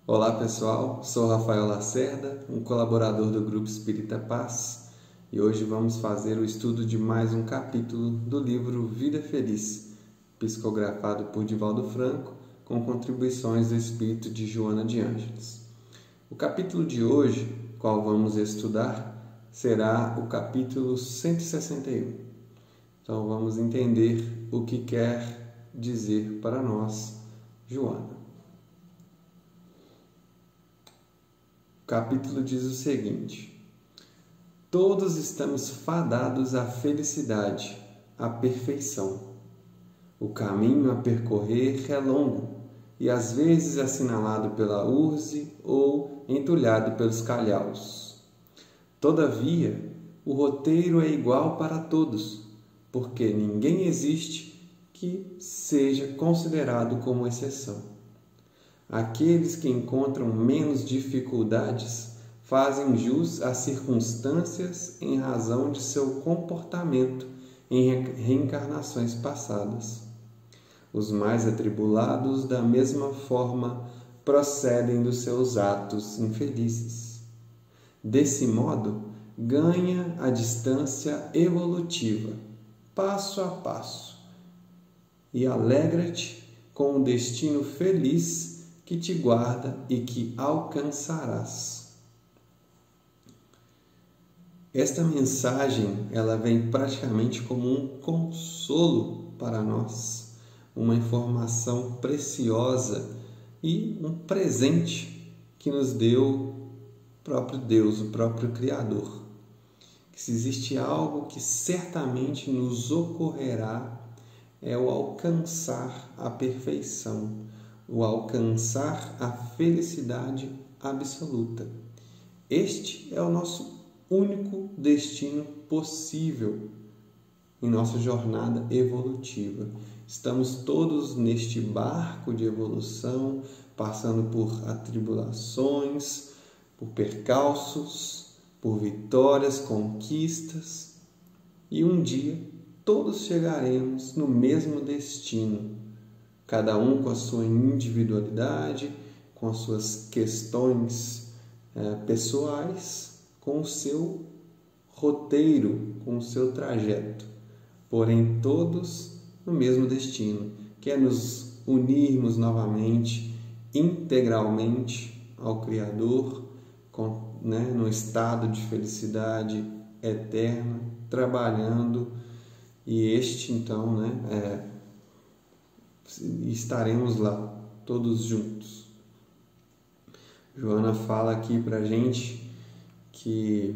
Olá pessoal, sou Rafael Lacerda, um colaborador do Grupo Espírita Paz, e hoje vamos fazer o estudo de mais um capítulo do livro Vida Feliz, psicografado por Divaldo Franco, com contribuições do espírito de Joana de Ângeles. O capítulo de hoje, qual vamos estudar, será o capítulo 161. Então vamos entender o que quer dizer para nós Joana. O capítulo diz o seguinte: todos estamos fadados à felicidade, à perfeição. O caminho a percorrer é longo e às vezes assinalado pela urze ou entulhado pelos calhaus. Todavia, o roteiro é igual para todos, porque ninguém existe que seja considerado como exceção. Aqueles que encontram menos dificuldades fazem jus às circunstâncias em razão de seu comportamento em reencarnações passadas. Os mais atribulados, da mesma forma, procedem dos seus atos infelizes. Desse modo, ganha a distância evolutiva, passo a passo, e alegra-te com o destino feliz que te guarda e que alcançarás. Esta mensagem, ela vem praticamente como um consolo para nós, uma informação preciosa e um presente que nos deu o próprio Deus, o próprio Criador. Que se existe algo que certamente nos ocorrerá, é o alcançar a perfeição, o alcançar a felicidade absoluta. Este é o nosso único destino possível em nossa jornada evolutiva. Estamos todos neste barco de evolução, passando por atribulações, por percalços, por vitórias, conquistas, e um dia todos chegaremos no mesmo destino, cada um com a sua individualidade, com as suas questões pessoais, com o seu roteiro, com o seu trajeto, porém todos no mesmo destino, que é nos unirmos novamente, integralmente ao Criador, no estado de felicidade eterna, trabalhando, e então, estaremos lá, todos juntos. Joana fala aqui para a gente que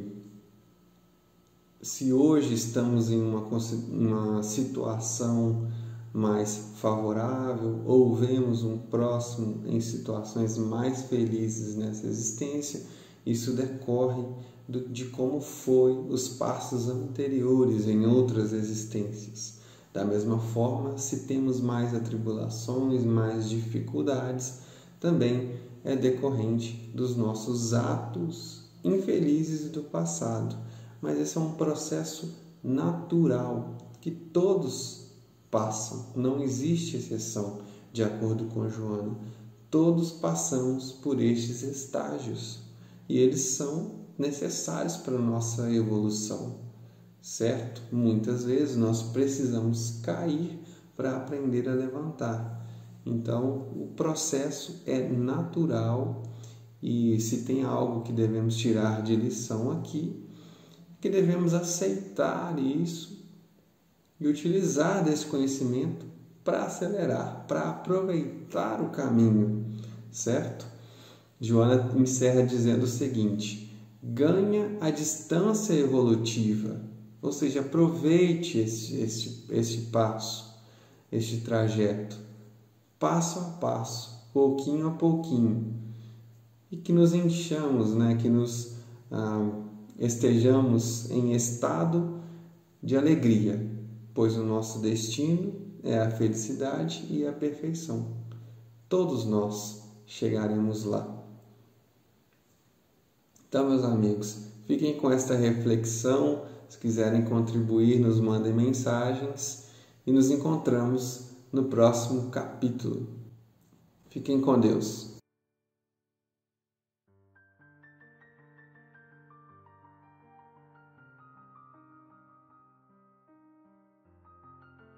se hoje estamos em uma situação mais favorável ou vemos um próximo em situações mais felizes nessa existência, isso decorre de como foi os passos anteriores em outras existências. Da mesma forma, se temos mais atribulações, mais dificuldades, também é decorrente dos nossos atos infelizes do passado. Mas esse é um processo natural que todos passam, não existe exceção, de acordo com Joana. Todos passamos por estes estágios e eles são necessários para a nossa evolução. Certo? Muitas vezes nós precisamos cair para aprender a levantar. Então, o processo é natural e se tem algo que devemos tirar de lição aqui, que devemos aceitar isso e utilizar desse conhecimento para acelerar, para aproveitar o caminho, certo? Joana encerra dizendo o seguinte: ganha a distância evolutiva. Ou seja, aproveite este passo, este trajeto, passo a passo, pouquinho a pouquinho, e que nos enchamos, que nos estejamos em estado de alegria, pois o nosso destino é a felicidade e a perfeição. Todos nós chegaremos lá. Então, meus amigos, fiquem com esta reflexão. Se quiserem contribuir, nos mandem mensagens e nos encontramos no próximo capítulo. Fiquem com Deus.